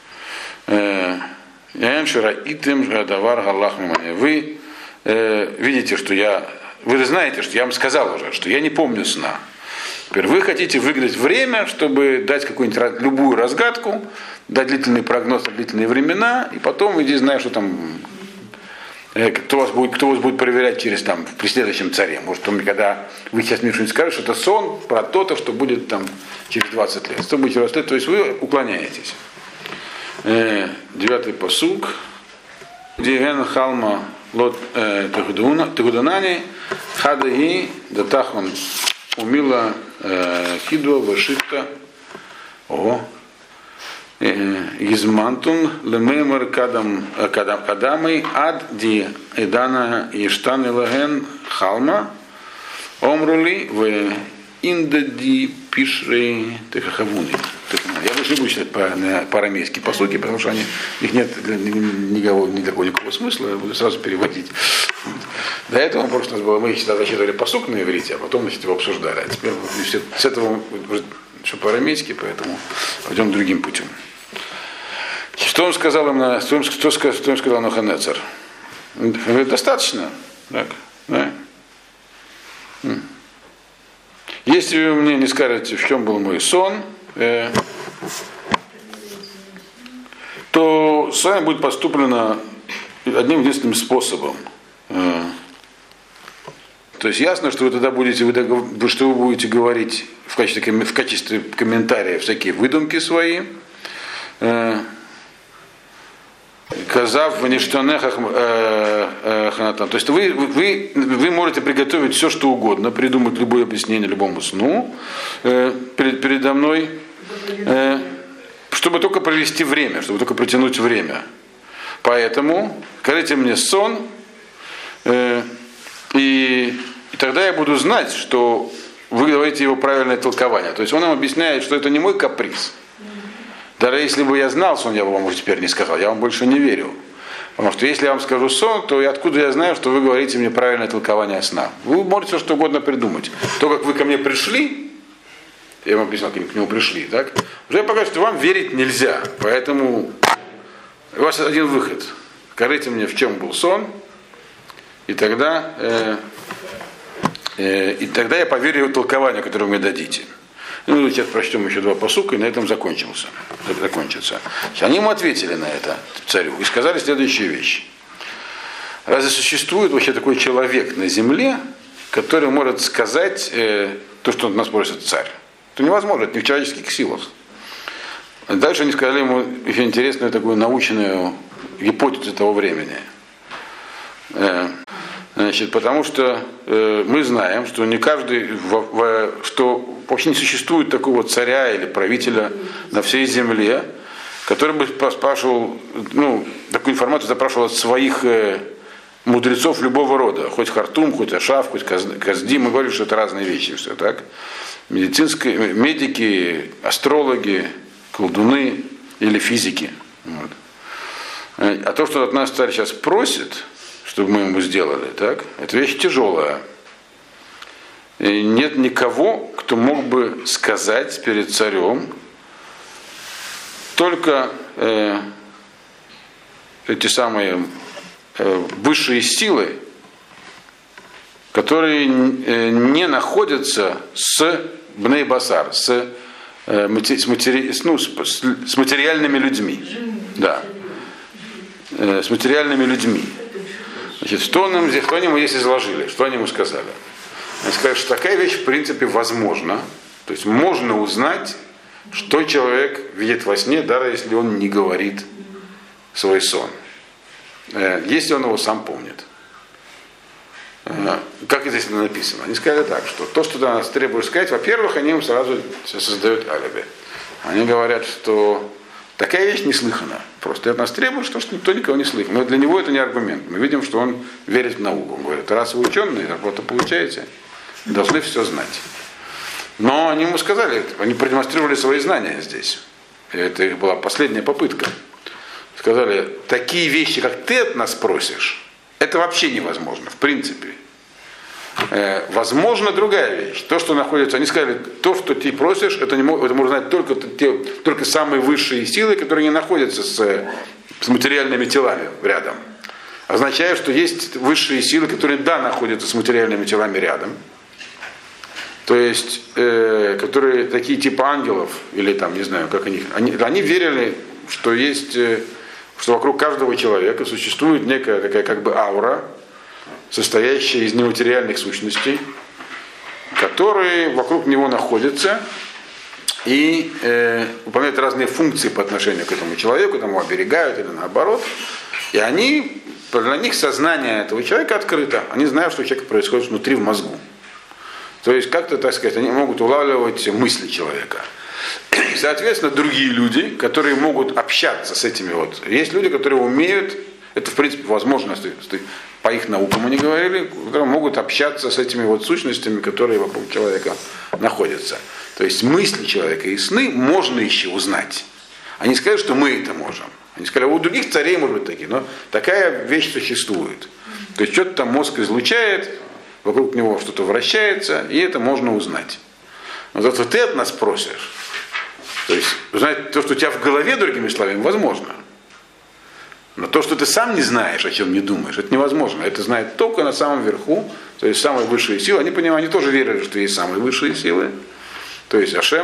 Вы э, видите, что я, вы знаете, что я вам сказал уже, что я не помню сна. Теперь вы хотите выиграть время, чтобы дать какую-нибудь любую разгадку, дать длительный прогноз на длительные времена, и потом иди, знаешь, что там, э, кто вас будет, кто вас будет проверять через там при следующем царе. Может, он, когда вы сейчас мне что-нибудь скажете, что это сон про то-то, что будет там через двадцать лет. Что будете рассказывать, то есть вы уклоняетесь. Девятый посук. Дивен халма лот тегуданани хадаи датахон умила хидуа вашитта о измантун лемемер кадам кадамой ад ди эдана иштан илаген халма омрули в индади пишри техахавуни. Я больше не буду читать по-арамейски посуки, потому что они, их нет никакого, никакого, никакого смысла, я буду сразу переводить. До этого мы просто было, мы всегда зачитывали посук на иврите, а потом значит, его обсуждали. А теперь с этого все по-арамейски, поэтому пойдем другим путем. Что он сказал им на, что он, что, что он сказал на Ханецер? Он говорит, достаточно. Так, да? Если вы мне не скажете, в чем был мой сон, э, то с вами будет поступлено одним единственным способом. Э, то есть ясно, что вы тогда будете, вы, что вы будете говорить в качестве, в качестве комментария всякие выдумки свои. Э, Казав в ништанехах ханатан. То есть вы, вы, вы можете приготовить все, что угодно, придумать любое объяснение любому сну э, перед, передо мной, э, чтобы только провести время, чтобы только протянуть время. Поэтому скажите мне сон, э, и, и тогда я буду знать, что вы говорите его правильное толкование. То есть он нам объясняет, что это не мой каприз. Даже если бы я знал сон, я бы вам уже теперь не сказал, я вам больше не верю. Потому что если я вам скажу сон, то откуда я знаю, что вы говорите мне правильное толкование сна? Вы можете все что угодно придумать. То, как вы ко мне пришли, я вам объяснял, как к нему пришли, так? Уже показывает, что вам верить нельзя. Поэтому у вас один выход. Скажите мне, в чем был сон, и тогда, э, э, и тогда я поверю в толкование, которое вы мне дадите. Ну, сейчас прочтем еще два посука, и на этом закончился, закончится. Они ему ответили на это, царю, и сказали следующую вещь. Разве существует вообще такой человек на земле, который может сказать э, то, что нас просит царь? Это невозможно, это не в человеческих силах. Дальше они сказали ему еще интересную такую научную гипотезу того времени. Э, Значит, потому что э, мы знаем, что не каждый, в, в, что вообще не существует такого царя или правителя на всей земле, который бы спрашивал, ну, такую информацию запрашивал от своих э, мудрецов любого рода, хоть Хартум, хоть Ашав, хоть Казди, мы говорим, что это разные вещи, все так. медицинские, медики, астрологи, колдуны или физики. Вот. А то, что от нас царь сейчас просит, чтобы мы ему сделали, так, это вещь тяжелая. И нет никого, кто мог бы сказать перед царем, только э, эти самые э, высшие силы, которые э, не находятся с Бней Басар, с, э, с, матери, ну, с, с материальными людьми. Да. Э, с материальными людьми. Значит, что, нам, что они ему здесь изложили, что они ему сказали? Они сказали, что такая вещь в принципе возможна. То есть можно узнать, что человек видит во сне, даже если он не говорит свой сон. Если он его сам помнит. Как здесь это написано? Они сказали так, что то, что нас требует сказать, во-первых, они ему сразу создают алиби. Они говорят, что такая вещь неслыхана. Просто от нас требует, что никто никого не слышит. Но для него это не аргумент. Мы видим, что он верит в науку. Он говорит, раз вы ученые, работу получаете, должны все знать. Но они ему сказали, они продемонстрировали свои знания здесь. И это их была последняя попытка. Сказали, такие вещи, как ты от нас просишь, это вообще невозможно, в принципе. Э, возможно другая вещь. То, что находится, они сказали, то, что ты просишь, это, не, это можно знать только, те, только самые высшие силы, которые не находятся с, с материальными телами рядом. Означает, что есть высшие силы, которые, да, находятся с материальными телами рядом. То есть, э, которые такие типа ангелов, или там, не знаю, как они, они, они верили, что есть, э, что вокруг каждого человека существует некая такая как бы аура, состоящая из нематериальных сущностей, которые вокруг него находятся и э, выполняют разные функции по отношению к этому человеку, там его оберегают или наоборот. И они, для них сознание этого человека открыто. Они знают, что у человека происходит внутри в мозгу. То есть как-то, так сказать, они могут улавливать мысли человека. И, соответственно, другие люди, которые могут общаться с этими вот. Есть люди, которые умеют, это в принципе возможно, по их наукам они говорили, которые могут общаться с этими вот сущностями, которые вокруг человека находятся. То есть мысли человека и сны можно еще узнать. Они сказали, что мы это можем. Они сказали, у других царей может быть такие, но такая вещь существует. То есть что-то там мозг излучает, вокруг него что-то вращается, и это можно узнать. Но зато ты от нас просишь. То есть узнать то, что у тебя в голове, другими словами, возможно. Но то, что ты сам не знаешь, о чем не думаешь, это невозможно. Это знает только на самом верху, то есть самые высшие силы. Они понимают, они тоже верили, что есть самые высшие силы. То есть Ашем,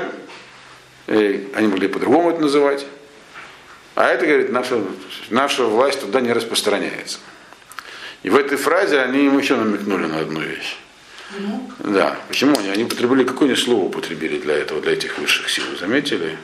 и они могли по-другому это называть. А это, говорит, наша, наша власть туда не распространяется. И в этой фразе они ему еще намекнули на одну вещь. Ну? Да. Почему они? Они употребили, какое-нибудь слово употребили для этого, для этих высших сил. Заметили?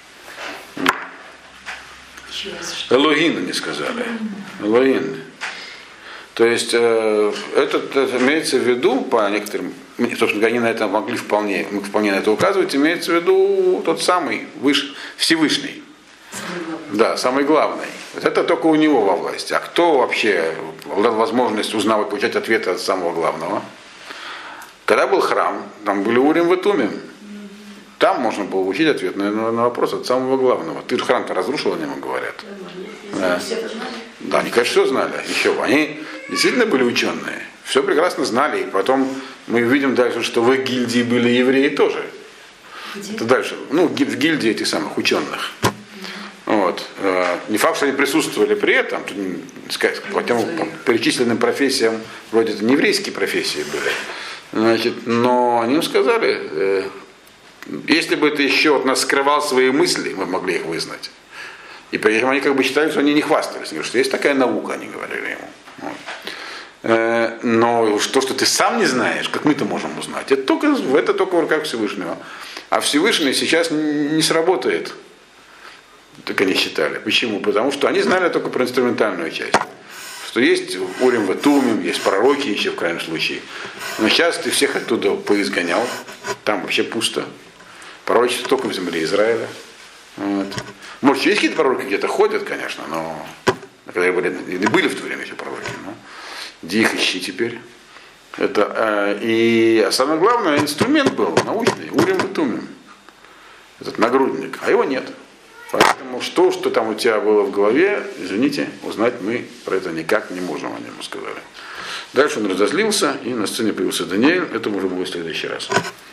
Элогин они сказали. Элогин. То есть э, этот, это имеется в виду, по некоторым, собственно, они на это могли вполне, вполне на это указывать, имеется в виду тот самый выш, Всевышний. Да, самый главный. Вот это только у него во власти. А кто вообще дал возможность узнавать, получать ответы от самого главного? Когда был храм, там были Урим и Тумим. Там можно было получить ответ на, на вопрос от самого главного. Ты же храм-то разрушил, они ему говорят. Да. Да, они, конечно, все знали. Еще бы. Они действительно были ученые. Все прекрасно знали. И потом мы видим дальше, что в их гильдии были евреи тоже. Где? Это дальше. Ну, в гильдии этих самых ученых. Вот. Не факт, что они присутствовали при этом, по тем перечисленным профессиям, вроде это не еврейские профессии были. Значит, но они им сказали, если бы ты еще от нас скрывал свои мысли, мы могли их вызнать. И при этом они как бы считали, что они не хвастались. Они говорят, что есть такая наука, они говорили ему. Вот. Но то, что ты сам не знаешь, как мы-то можем узнать, это только, это только в руках Всевышнего. А Всевышний сейчас не сработает. Так они считали. Почему? Потому что они знали только про инструментальную часть. Что есть Урим и Тумим, есть пророки еще в крайнем случае. Но сейчас ты всех оттуда поизгонял. Там вообще пусто. Пророчество только в земле Израиля. Вот. Может, есть какие-то пророки где-то ходят, конечно, но когда были, были в то время еще пророки, но где их ищи теперь? Это, э, и самое главное, инструмент был научный, Урим и Тумим. Этот нагрудник, а его нет. Поэтому что, что там у тебя было в голове, извините, узнать мы про это никак не можем, они ему сказали. Дальше он разозлился, и на сцене появился Даниэль, это уже будет в следующий раз.